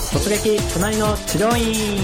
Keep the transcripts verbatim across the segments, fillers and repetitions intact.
突撃隣の治療院。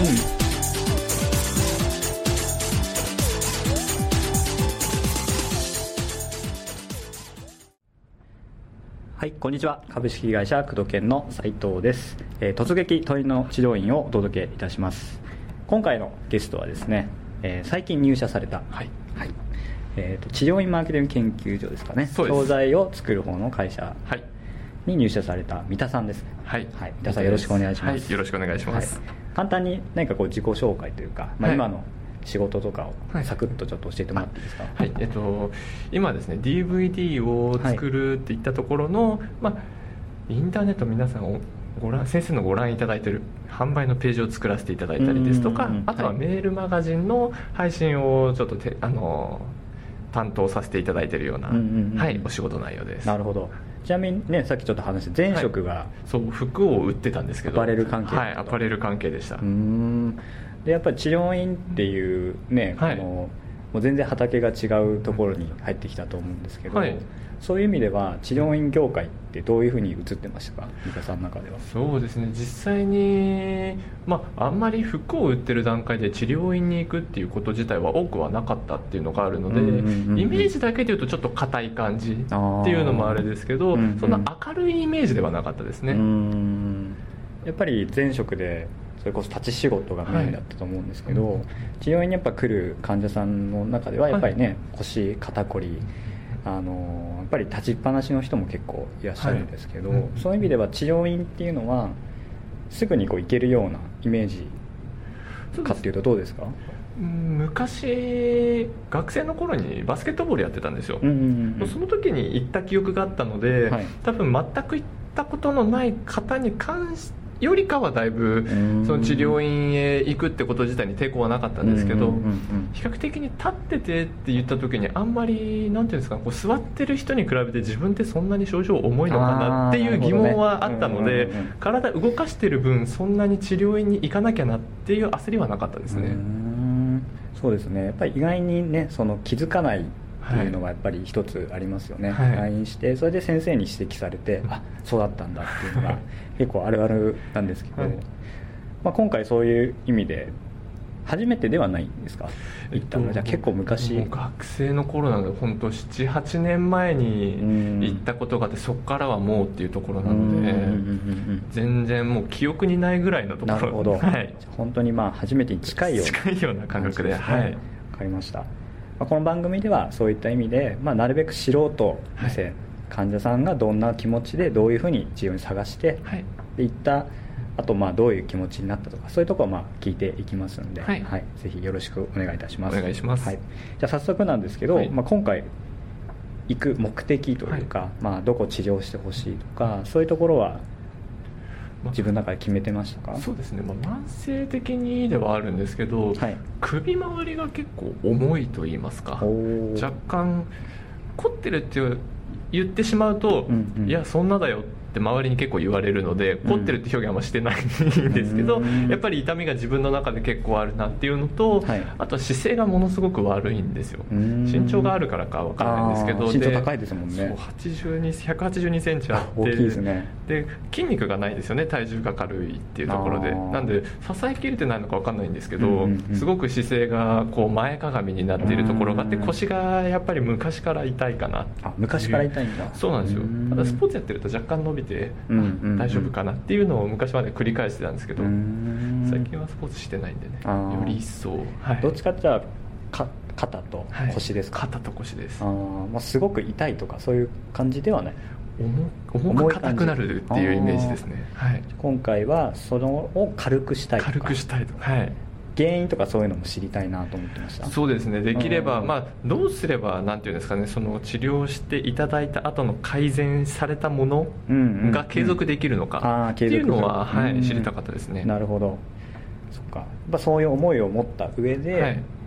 はい、こんにちは。株式会社工藤研の斉藤です。えー、突撃隣の治療院をお届けいたします。今回のゲストはですね、えー、最近入社された、はいはいえー、と治療院マーケティング研究所ですかね。教材を作る方の会社に入社された三田さんですね。はい、はい、三田さんよろしくお願いします。 はい、よろしくお願いします。 はい、簡単に何かこう自己紹介というか、まあ、今の仕事とかをサクッとちょっと教えてもらっていいですか。 はい、はい、えっと、今ですね ディーブイディー を作るっていったところの、はい、まあ、インターネット皆さんご覧先生のご覧いただいている販売のページを作らせていただいたりですとか、あとはメールマガジンの配信をちょっとてあの担当させていただいているような、うんうんうん、はい、お仕事内容です。 なるほど。ちなみにね、さっきちょっと話して前職が、はい、 そう服を売ってたんですけど、 アパレル関係。 はい、アパレル関係でした。 うーんでやっぱり治療院っていうね、はい、あのもう全然畑が違うところに入ってきたと思うんですけど、はい、そういう意味では治療院業界ってどういうふうに映ってましたか、三田さんの中では。 そうですね、実際に、まあ、あんまり服を売ってる段階で治療院に行くっていうこと自体は多くはなかったっていうのがあるので、うんうんうんうん、イメージだけでいうとちょっと硬い感じっていうのもあれですけど、うんうん、そんな明るいイメージではなかったですね。うーんやっぱり前職でそれこそ立ち仕事がメインだったと思うんですけど、はい、治療院にやっぱ来る患者さんの中ではやっぱりね、はい、腰肩こりあのやっぱり立ちっぱなしの人も結構いらっしゃるんですけど、はい、うん、そういう意味では治療院っていうのはすぐにこう行けるようなイメージかっていうとどうですか。 昔学生の頃にバスケットボールやってたんですよ、うんうんうん、その時に行った記憶があったので、はい、多分全く行ったことのない方に関してよりかはだいぶその治療院へ行くってこと自体に抵抗はなかったんですけど、比較的に立っててって言った時にあんまりなんていうんですか、こう座ってる人に比べて自分ってそんなに症状重いのかなっていう疑問はあったので、体動かしてる分そんなに治療院に行かなきゃなっていう焦りはなかったですね。 うーんそうですね、やっぱり意外にねその気づかないっていうのはやっぱり一つありますよね。はい、来院してそれで先生に指摘されて、あ、そうだったんだっていうのが結構あるあるなんですけど、はい、まあ、今回そういう意味で初めてではないんですか、行ったのは。じゃあ結構昔、 もう学生の頃なので本当ななはちねんまえに行ったことがあって、そこからはもうっていうところなので、全然もう記憶にないぐらいのところ。 なるほど、はい、本当にまあ初めてに近いような近いような感覚で、はい、 分かりました。この番組ではそういった意味で、まあ、なるべく素人目線、はい、患者さんがどんな気持ちでどういうふうに治療に探して、はい、で行ったあとまあどういう気持ちになったとか、そういうところをまあ聞いていきますので、はいはい、ぜひよろしくお願いいたします。 お願いします。 はい、じゃあ早速なんですけど、はい、まあ、今回行く目的というか、はい、まあ、どこ治療してほしいとか、そういうところは自分の中で決めてましたか。 そうですね、まあ、慢性的にではあるんですけど、はい、首周りが結構重いと言いますか、若干凝ってるって言ってしまうと、うんうん、いやそんなだよって周りに結構言われるので、凝ってるって表現はあんましてないんですけど、うん、やっぱり痛みが自分の中で結構あるなっていうのと、はい、あと姿勢がものすごく悪いんですよ。身長があるからか分からないんですけど、 身長高いですもんね。そうはちじゅうに、ひゃくはちじゅうにセンチあって、 大きいですね。 で筋肉がないですよね、体重が軽いっていうところで。なんで支えきれてないのか分かんないんですけど、うんうんうん、すごく姿勢がこう前かがみになっているところがあって、腰がやっぱり昔から痛いかな。 あ、昔から痛いんだ。 そうなんですよ。ただスポーツやってると若干伸びて、うんうんうん、大丈夫かなっていうのを昔まで繰り返してたんですけど、最近はスポーツしてないんでね、より一層、はい、 どっちかって言ったら肩と腰ですか。 はい、肩と腰です。 あ、まあ、すごく痛いとかそういう感じではない。 重重く硬くなるっていうイメージですね。はい、 今回はそのを軽くしたいとか、 軽くしたいとか、はい、 原因とかそういうのも知りたいなと思ってました。 そうですね、できれば、まあ、どうすればなんていうんですかね、その治療していただいた後の改善されたものが継続できるのかっていうのは、はい、知りたかったですね。 なるほど。そっか、やっぱそういう思いを持った上で、はい、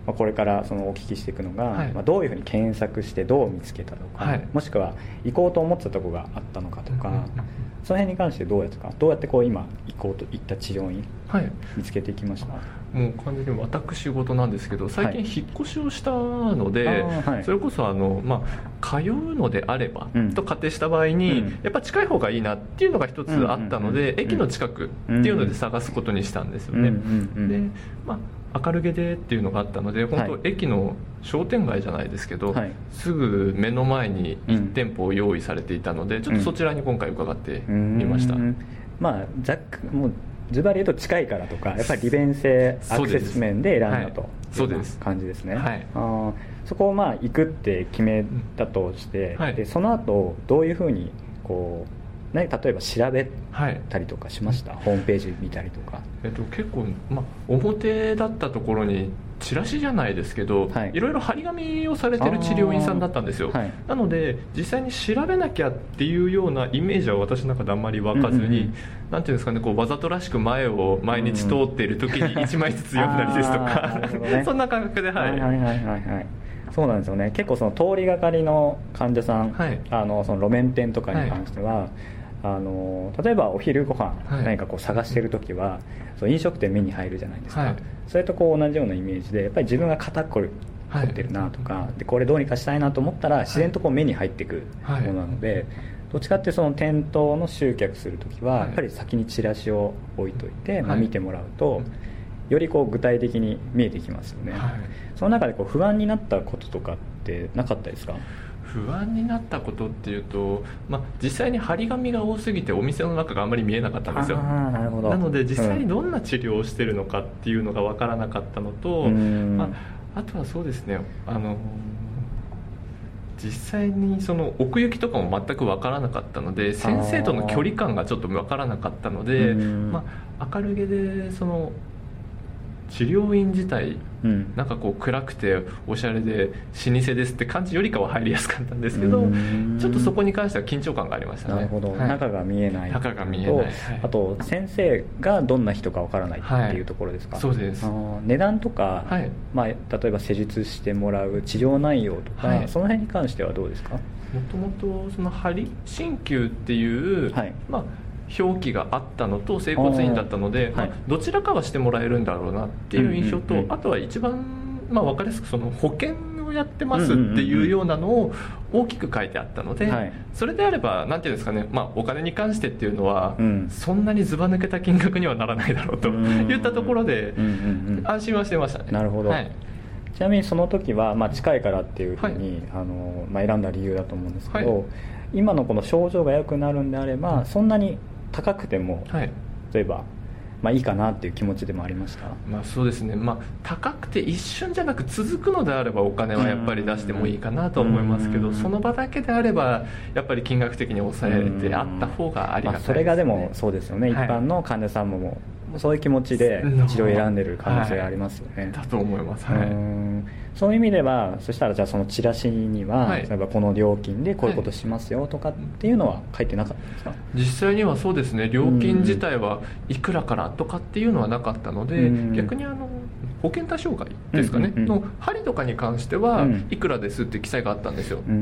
まあ、これからそのお聞きしていくのが、 はい、 まあ、どういうふうに検索してどう見つけたとか、はい、もしくは行こうと思ってたとこがあったのかとか、うんうんうん、その辺に関してどうやってかどうやってこう今行こうといった治療院、はい、見つけていきました？ もう完全に私事なんですけど、最近引っ越しをしたので、はい、それこそあの、まあ、通うのであれば、うん、と仮定した場合に、うん、やっぱ近い方がいいなっていうのが一つあったので、うんうんうん、駅の近くっていうので探すことにしたんですよね、うんうんうん、で、まあ、明るげでっていうのがあったので、本当、はい、駅の商店街じゃないですけど、はい、すぐ目の前にいち店舗用意されていたので、うん、ちょっとそちらに今回伺ってみました、うん、 まあ、ざっくもうズバリ言うと近いからとか、やっぱり利便性アクセス面で選んだという感じですね。はい、あそこをまあ行くって決めたとして、はい、でその後どういうふうにこう、ね、例えば調べたりとかしました？はい、ホームページ見たりとか。 えっと、結構、まあ、表だったところにチラシじゃないですけど、はい、いろいろ張り紙をされてる治療院さんだったんですよ、はい、なので実際に調べなきゃっていうようなイメージは私の中であんまり湧かずに、うんうんうん、なんていうんですかね、こうわざとらしく前を毎日通っている時にいちまいずつ読んだりですとか、ね、そんな感覚で、はい、はいはいはいはい、 そうなんですよね。結構その通りがかりの患者さん、はい、あのその路面店とかに関しては、はい、あの例えばお昼ご飯何かこう探してるときは、はい、そう飲食店見に入るじゃないですか、はい、それとこう同じようなイメージでやっぱり自分が肩こり凝ってるなとか、はい、でこれどうにかしたいなと思ったら自然とこう目に入ってくるものなので、はい、どっちかっていうとその店頭の集客するときはやっぱり先にチラシを置いといて、はい、まあ、見てもらうとよりこう具体的に見えてきますよね、はい、その中でこう不安になったこととかってなかったですか？ 不安になったことっていうと、まあ、実際に張り紙が多すぎてお店の中があんまり見えなかったんですよ。 あ、なるほど。 なので実際にどんな治療をしてるのかっていうのが分からなかったのと、うん、まあ、あとはそうですね、あの実際にその奥行きとかも全く分からなかったので、先生との距離感がちょっと分からなかったので、まあ、明るげでその治療院自体、うん、なんかこう暗くておしゃれで老舗ですって感じよりかは入りやすかったんですけど、ちょっとそこに関しては緊張感がありましたね。 なるほど、はい、中が見えない中が見えない、はい、 あと先生がどんな人かわからないっていうところですか？ はい、そうです。 あ、値段とか、はい、まあ、例えば施術してもらう治療内容とか、はい、その辺に関してはどうですか？もともとその鍼鍼灸っていう、はい、まあ表記があったのと整骨院だったので、はい、まあ、どちらかはしてもらえるんだろうなっていう印象と、うんうんうん、あとは一番、まあ、分かりやすくその保険をやってますっていうようなのを大きく書いてあったので、うんうんうん、それであればなんていうんですかね、まあ、お金に関してっていうのは、うん、そんなにずば抜けた金額にはならないだろうといったところで安心はしてましたね。 なるほど、はい、ちなみにその時は、まあ、近いからっていうふうに、はい、あのまあ、選んだ理由だと思うんですけど、はい、今のこの症状が良くなるんであれば、うん、そんなに高くても、はい、例えば、まあ、いいかなっていう気持ちでもありました？ まあ、そうですね、まあ、高くて一瞬じゃなく続くのであればお金はやっぱり出してもいいかなと思いますけど、その場だけであればやっぱり金額的に抑えてあった方がありがたいですね。まあ、 それがでもそうですよね、はい、一般の患者さんももうそういう気持ちで治療を選んでる可能性がありますよね、はい、 だと思います、はい、 うん、そういう意味ではそしたらじゃあそのチラシには、はい、例えばこの料金でこういうことしますよとかっていうのは書いてなかったんですか？ 実際にはそうですね、料金自体はいくらからとかっていうのはなかったので、逆にあの保険対象外ですかね、うんうんうん、の針とかに関してはいくらですって記載があったんですよ、うん、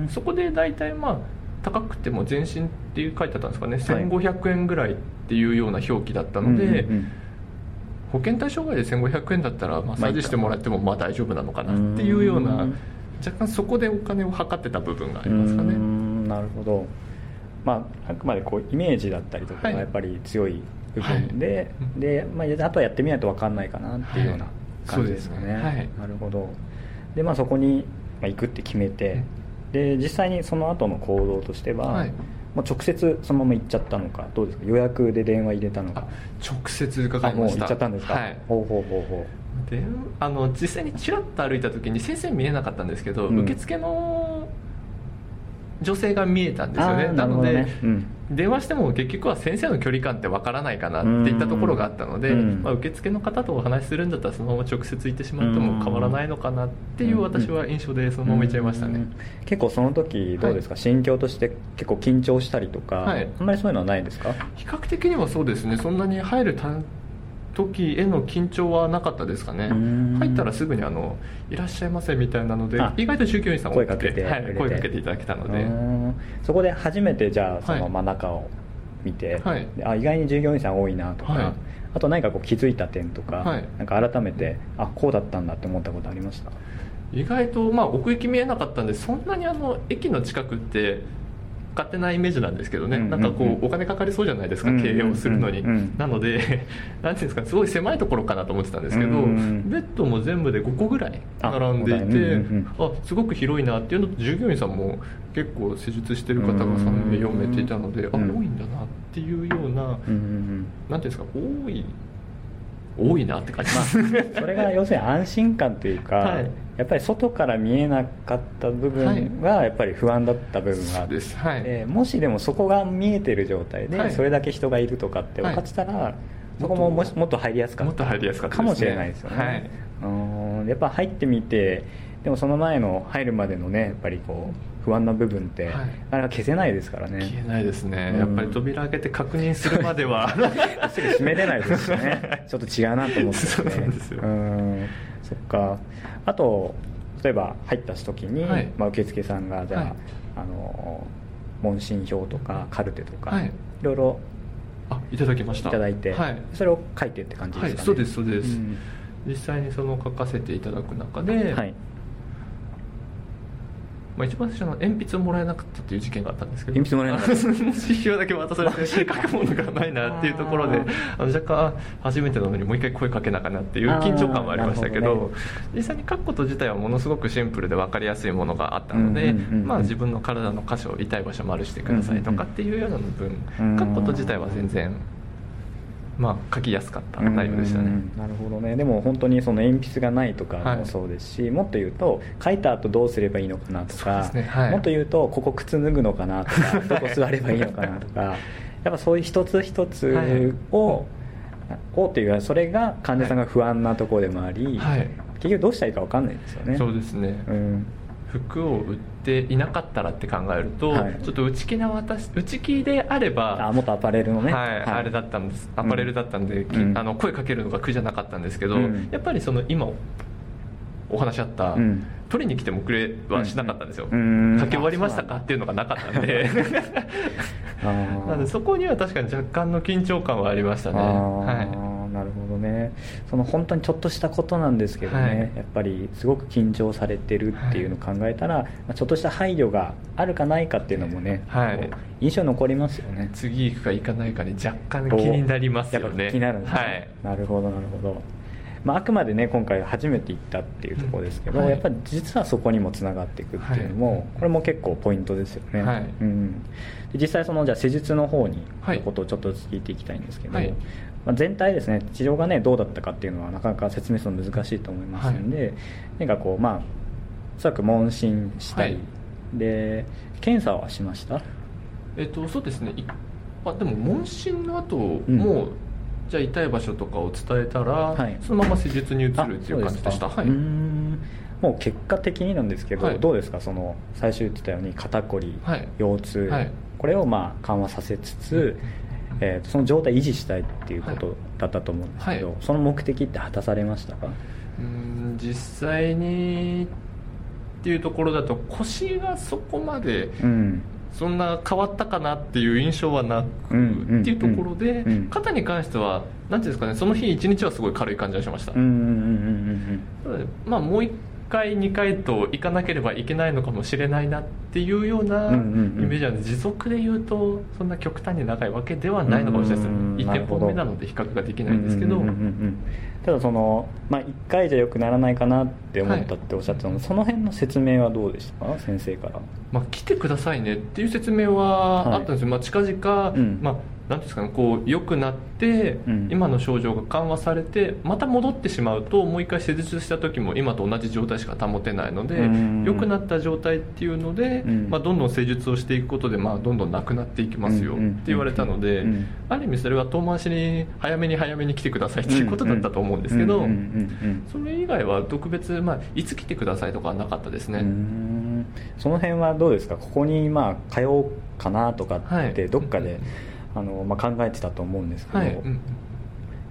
でそこで大体まあ高くても全身っていう書いてあったんですかね、せんごひゃくえんぐらいっていうような表記だったので、うんうんうん、保険対象外でせんごひゃくえんだったらマッサージしてもらってもまあ大丈夫なのかなっていうような、若干そこでお金を測ってた部分がありますかね。 うーん、なるほど、まあ、あくまでこうイメージだったりとかがやっぱり強い部分で、はい、で、まあ、あとはやってみないと分かんないかなっていうような感じですよね、はい、はい、なるほど。で、まあ、そこに行くって決めて、で実際にその後の行動としては、はい、もう直接そのまま行っちゃったのかどうですか？予約で電話入れたのか？ 直接伺いました。 もう行っちゃったんですか？はい、ほうほうほうほう。であの実際にちらっと歩いた時に先生見えなかったんですけど、うん、受付の女性が見えたんですよね。なので、ね、うん、電話しても結局は先生の距離感ってわからないかなっていったところがあったので、うん、まあ、受付の方とお話しするんだったらそのまま直接行ってしまっても変わらないのかなっていう私は印象でそのまま行っちゃいましたね。うんうん、 結構その時どうですか、はい、心境として結構緊張したりとか、はい、あんまりそういうのはないですか？ 比較的にはそうですね、そんなに入るた時への緊張はなかったですかね。入ったらすぐにあのいらっしゃいませみたいなので、意外と従業員さん多くて声かけて、 はい、声かけていただけたので、 そこで初めてじゃあその真ん中を見て、はい、あ意外に従業員さん多いなとか、はい、あと何かこう気づいた点とか、はい、なんか改めてあこうだったんだって思ったことありました？ 意外と、まあ、奥行き見えなかったんでそんなにあの駅の近くって勝手なイメージなんですけどね、うんうんうん、なんかこうお金かかりそうじゃないですか、うんうんうん、経営をするのに、うんうん、なのでなんていうんですかすごい狭いところかなと思ってたんですけど、うんうん、ベッドも全部でごこぐらい並んでいて あ,、うんうん、あすごく広いなっていうのと従業員さんも結構施術してる方がさんめいよんめいっていたので、うん、あ多いんだなっていうような、うんうんうん、なんていうんですか多い多いなって感じます、 まあ、それが要するに安心感というか、はい、やっぱり外から見えなかった部分がやっぱり不安だった部分があって、はい、えー、もしでもそこが見えてる状態でそれだけ人がいるとかって分かってたら、はい、そこもももっと入りやすかったかもしれないですよね、はい、うんやっぱ入ってみてでもその前の入るまでのねやっぱりこう不安な部分ってあれは消せないですからね。 消えないですね、うん、やっぱり扉開けて確認するまではすぐ閉めれないですよねちょっと違うなと思って、ね、 そうなんですよ。 うんそっか。あと例えば入った時に、はい、まあ、受付さんがじゃあ、はい、あの問診票とかカルテとか、はい、いろいろあいただきましたいただいて、はい、それを書いてって感じですかね。 はい、そうですそうです、うん、実際にその書かせていただく中で、はい、まあ、一番最初の鉛筆をもらえなかったっていう事件があったんですけど、 鉛筆もらえなかった問診票だけ渡されて書くものがないなっていうところであの若干初めてなのにもう一回声かけなきゃなっていう緊張感はありましたけ ど, ど、ね、実際に書くこと自体はものすごくシンプルで分かりやすいものがあったので、まあ、自分の体の箇所痛い場所丸してくださいとかっていうような部分、書くこと自体は全然まあ、書きやすかった内容でしたね。 なるほどね。でも本当にその鉛筆がないとかもそうですし、はい、もっと言うと書いた後どうすればいいのかなとか、ね、はい、もっと言うとここ靴脱ぐのかなとかどこ座ればいいのかなとかやっぱそういう一つ一つを、はい、をっていうかそれが患者さんが不安なところでもあり、はい、結局どうしたらいいか分かんないですよね。 そうですね、うん、服を売っていなかったらって考えると、はい、ちょっと内気な私内気であればあもっとアパレルのね、 はいはい、あれだったんですアパレルだったんで、うん、あの声かけるのが苦じゃなかったんですけど、うん、やっぱりその今お話あった、うん、取りに来てもくれはしなかったんですよ、うん、書き終わりましたかっていうのがなかったんでなのでそこには確かに若干の緊張感はありましたね。はい、 なるほどね。その本当にちょっとしたことなんですけどね、はい、やっぱりすごく緊張されてるっていうのを考えたら、はい、ちょっとした配慮があるかないかっていうのもね、はい、印象残りますよね。 次行くか行かないかに若干気になりますよね。 やっぱ気になるんですね、はい、なるほどなるほど。まあ、あくまでね今回初めて行ったっていうところですけど、うん、はい、やっぱり実はそこにもつながっていくっていうのも、はい、これも結構ポイントですよね、はい、うん、で実際そのじゃあ施術の方にのことをちょっとずつ聞いていきたいんですけど、はい、まあ、全体ですね治療がねどうだったかっていうのはなかなか説明するの難しいと思いますので、はい、なんかこうまあおそらく問診したり、はい、で検査はしました？ えっとそうですね、あでも問診の後も、うん、じゃあ痛い場所とかを伝えたら、はい、そのまま施術に移るっていう感じでした。はい、うーんもう結果的になんですけど、はい、どうですか、その最初言ってたように肩こり、はい、腰痛、はい、これをまあ緩和させつつ、うん、えー、その状態維持したいっていうことだったと思うんですけど、はい、その目的って果たされましたか？ うーん実際にっていうところだと腰がそこまで、うん、そんな変わったかなっていう印象はなく、うん、っていうところで、うん、肩に関しては何ていうんですかね、その日一日はすごい軽い感じがしました。まあもう一回にかいと行かなければいけないのかもしれないなっていうようなイメージなんで、持続で言うとそんな極端に長いわけではないのかもしれないです。いってんぽめなので比較ができないんですけど、 ただその、まあ、いっかいじゃよくならないかなって思ったっておっしゃってたので、はい、その辺の説明はどうでしたか、先生から。 まあ、来てくださいねっていう説明はあったんですよ、はい、まあ、近々、うん、まあなんですかね、こう良くなって、うん、今の症状が緩和されてまた戻ってしまうともう一回施術した時も今と同じ状態しか保てないので、良くなった状態っていうので、うん、まあ、どんどん施術をしていくことで、まあ、どんどんなくなっていきますよって言われたので、ある意味それは遠回しに早めに早めに来てくださいっていうことだったと思うんですけど、それ以外は特別、まあ、いつ来てくださいとかはなかったですね。うーん、その辺はどうですか、ここにまあ通おうかなとかってどっかで、はい、あのまあ、考えてたと思うんですけど、はい、うん、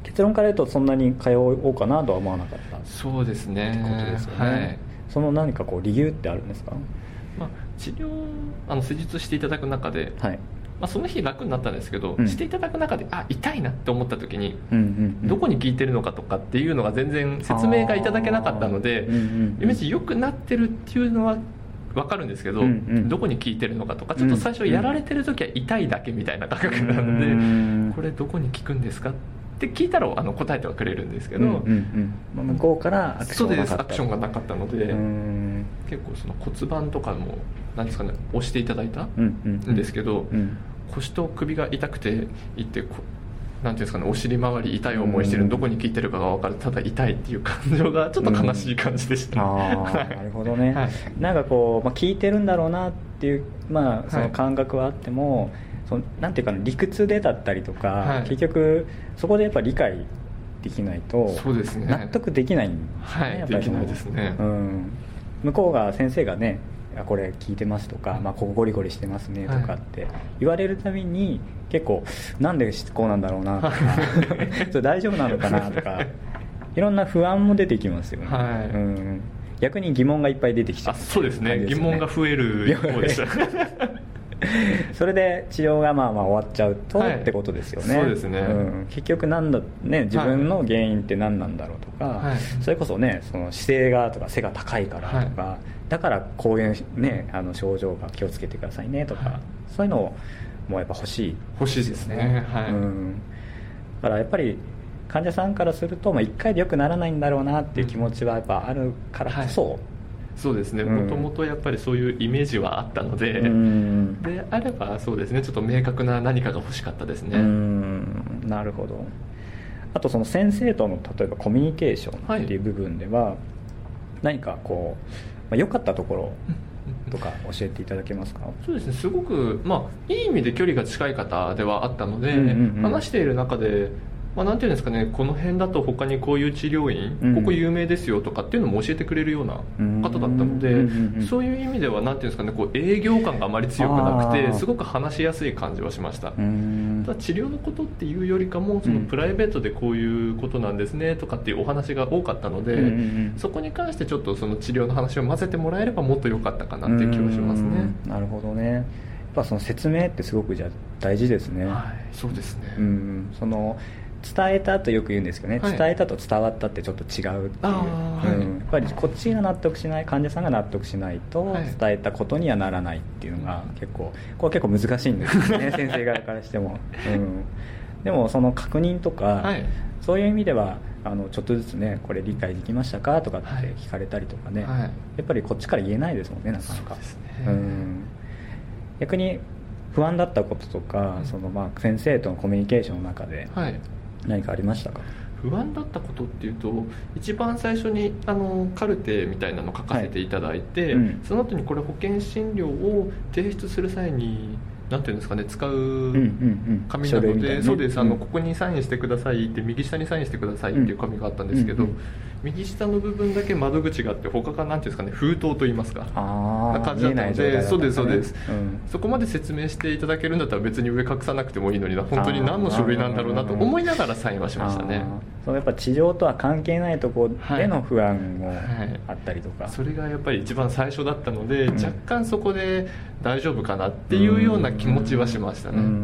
結論から言うとそんなに通おうかなとは思わなかったそうですねことですよね、はい、その何かこう理由ってあるんですか？ まあ、治療あの施術していただく中で、はい、まあ、その日楽になったんですけど、うん、していただく中であ痛いなって思った時に、うんうんうん、どこに効いてるのかとかっていうのが全然説明がいただけなかったので、うんうんうん、イメージ良くなってるっていうのは分かるんですけど、うんうん、どこに効いてるのかとかちょっと最初やられてる時は痛いだけみたいな感覚なので、うん、これどこに効くんですかって聞いたらあの答えてはくれるんですけど、うんうんうん、向こうからアクションがなかった。そうです、アクションがなかったので、結構その骨盤とかも何ですかね、押していただいたんですけど、うんうんうん、腰と首が痛くていってこなんていうんですかね、お尻周り痛い思いしてるの、どこに効いてるかが分かる、ただ痛いっていう感情がちょっと悲しい感じでした、ね、うん、 あなるほどね、はい、なんかこう、まあ、効いてるんだろうなっていう、まあ、その感覚はあっても、はい、そのなんていうかな、理屈でだったりとか、はい、結局そこでやっぱり理解できないとそうですね、 納得できないんですね、 はい、やっぱりできないですね、 うん、向こうが先生がねこれ聞いてますとか、まあ、ここゴリゴリしてますねとかって言われるたびに結構なんでこうなんだろうなとかそれ大丈夫なのかなとかいろんな不安も出てきますよね、はい、うん、逆に疑問がいっぱい出てきちゃう、 あそうですね、疑問が増える一方でしたそれで治療がまあまあ終わっちゃうと、はい、ってことですよね。 そうですね、うん、 結局なんだ、ね、自分の原因って何なんだろうとか、はい、それこそねその姿勢がとか背が高いからとか、はい、だからこういう、ね、あの症状が気をつけてくださいねとか、はい、そういうのをもうやっぱ欲しい、 欲しいですね、はい、うん、 だからやっぱり患者さんからすると、まあ、いっかいで良くならないんだろうなっていう気持ちはやっぱあるからこそ、はい、 そうですね、もともとやっぱりそういうイメージはあったので、うん、であればそうですね、ちょっと明確な何かが欲しかったですね。 うん、なるほど。あとその先生との例えばコミュニケーションっていう部分では、はい、何かこう、まあ、良かったところとか教えていただけますか？ そうですね、すごく、まあ、いい意味で距離が近い方ではあったので、うんうんうん、話している中でまあ、なんていうんですかね、この辺だと他にこういう治療院、うん、ここ有名ですよとかっていうのも教えてくれるような方だったので、うんうんうん、そういう意味ではなんていうんですかね、こう営業感があまり強くなくてすごく話しやすい感じはしました。ただ治療のことっていうよりかもそのプライベートでこういうことなんですねとかっていうお話が多かったので、うんうんうん、そこに関してちょっとその治療の話を混ぜてもらえればもっと良かったかなっていう気はしますね。 なるほどね。やっぱその説明ってすごくじゃ大事ですね。 はい、そうですね、 うん、その伝えたとよく言うんですけどね、はい、伝えたと伝わったってちょっと違うっていう、はい、うん、やっぱりこっちが納得しない、患者さんが納得しないと伝えたことにはならないっていうのが結構、これ結構難しいんですよね先生側からしても、うん、でもその確認とか、はい、そういう意味ではあのちょっとずつねこれ理解できましたかとかって聞かれたりとかね、はい、やっぱりこっちから言えないですもんね、なかなか。そうですね、うん、逆に不安だったこととか、うん、そのまあ先生とのコミュニケーションの中で、はい、何かありましたか？ 不安だったことっていうと、一番最初にあのカルテみたいなのを書かせていただいて、はい、うん、その後にこれ保険診療を提出する際になんていうんですかね、使う紙なので、そうです、あのここにサインしてくださいって、右下にサインしてくださいっていう紙があったんですけど、うんうんうん、右下の部分だけ窓口があって他がなんていうんですかね、封筒といいますかな感じだったので、ね、そうですそうです、うん、そこまで説明していただけるんだったら別に上隠さなくてもいいのにな、本当に何の書類なんだろうなと思いながらサインはしましたね。 そのやっぱ治療とは関係ないところでの不安もあったりとか、 はいはい、それがやっぱり一番最初だったので、うん、若干そこで大丈夫かなっていうような気持ちはしましたね。うんうん、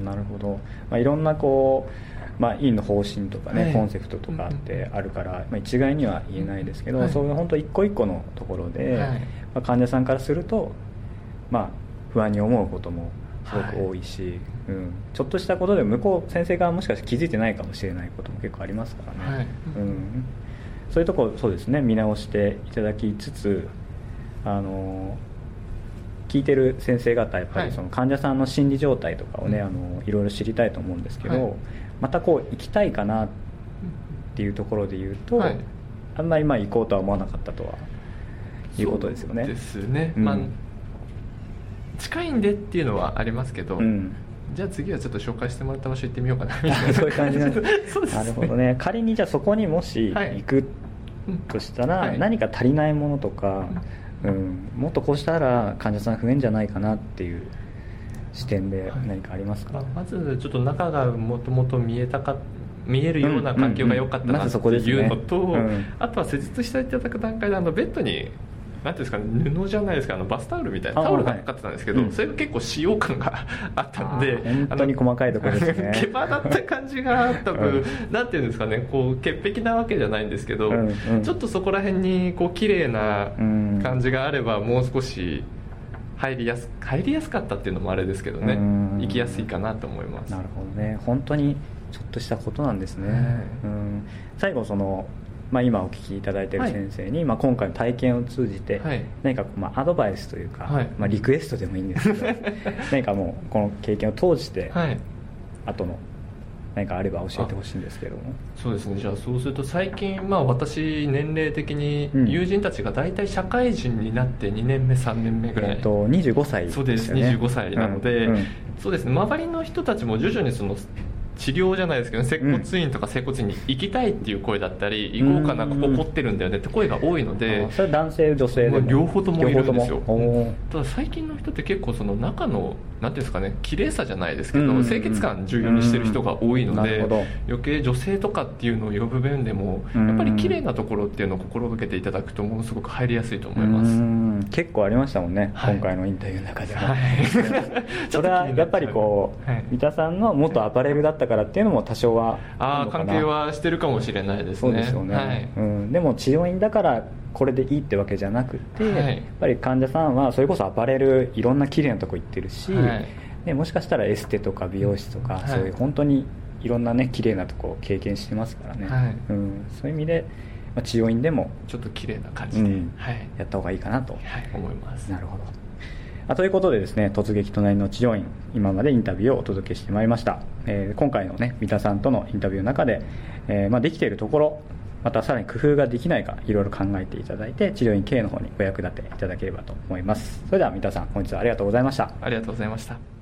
なるほど、まあ、いろんなこう、まあ、院の方針とかね、はい、コンセプトとかってあるから、まあ、一概には言えないですけど、はい、そういう本当一個一個のところで、はい、まあ、患者さんからすると、まあ、不安に思うこともすごく多いし、はい、うん、ちょっとしたことで向こう先生側もしかして気づいてないかもしれないことも結構ありますからね、はい、うん、そういうところそうですね、見直していただきつつ、あの聞いてる先生方やっぱりその患者さんの心理状態とかをね、はい、あのいろいろ知りたいと思うんですけど、はい、またこう行きたいかなっていうところで言うと、はい、あんまりまあ行こうとは思わなかったとはいうことですよね。 そうですね、うん、まあ、近いんでっていうのはありますけど、うん、じゃあ次はちょっと紹介してもらった場所行ってみようかなみたいなそういう感じなんですそうです、ね、なるほどね。仮にじゃあそこにもし行くとしたら、はい、何か足りないものとか、うん、もっとこうしたら患者さん増えんじゃないかなっていう視点で何かありますか？ はい、まずちょっと中がもともと見えたか見えるような環境が良かったなっていうのと、 うんうんうんまずそこですね、うん、 あとは施術していただく段階であのベッドになんていうんですかね、布じゃないですか、あのバスタオルみたいなタオルがかかってたんですけど、はい、それが結構使用感があったので、 本当に細かいところですね。 毛羽立った感じが多分、うん、なんていうんですかね、こう潔癖なわけじゃないんですけど、うんうん、ちょっとそこら辺にこう綺麗な感じがあれば、もう少し入りやす入りやすかったっていうのもあれですけどね、行きやすいかなと思います。 なるほどね、本当にちょっとしたことなんですね。はい、うん、最後そのまあ、今お聞きいただいている先生に、はい、まあ、今回の体験を通じて何かこうまあアドバイスというか、はい、まあ、リクエストでもいいんですけど何かもうこの経験を通して後の何かあれば教えてほしいんですけども。 そうですね、じゃあそうすると最近、まあ、私年齢的に友人たちが大体社会人になってにねんめさんねんめぐらい、 えー、とにじゅうごさいですよね。 そうです、にじゅうごさいなので、うんうん、そうですね、周りの人たちも徐々にその治療じゃないですけど、ね、接骨院とか整骨院に行きたいっていう声だったり、うん、行こうかな、ここ凝ってるんだよねって声が多いので、 それは男性女性でも、 まあ、両方ともいるんですよ。ただ最近の人って結構その中のなんていうんですかね、綺麗さじゃないですけど、うん、清潔感重要にしてる人が多いので、余計女性とかっていうのを呼ぶ面でもやっぱり綺麗なところっていうのを心がけていただくとものすごく入りやすいと思います。 うん、結構ありましたもんね、はい、今回のインタビューの中でも、はい、それはやっぱりこう、はい、三田さんの元アパレルだったからっていうのも多少はあ関係はしてるかもしれないですね。 そうですよね、はい、うん、でも治療院だからこれでいいってわけじゃなくて、はい、やっぱり患者さんはそれこそアパレルいろんな綺麗なとこ行ってるし、はい、でもしかしたらエステとか美容室とか、はい、そういう本当にいろんなね綺麗なとこを経験してますからね、はい、うん、そういう意味で、まあ、治療院でもちょっと綺麗な感じで、うんはい、 やった方がいいかなと、 はい、思います。 なるほど。あということでですね、突撃隣の治療院、今までインタビューをお届けしてまいりました。えー、今回のね三田さんとのインタビューの中で、えーまあ、できているところ、またさらに工夫ができないかいろいろ考えていただいて、治療院経営の方にお役立ていただければと思います。それでは三田さん、本日はありがとうございました。 ありがとうございました。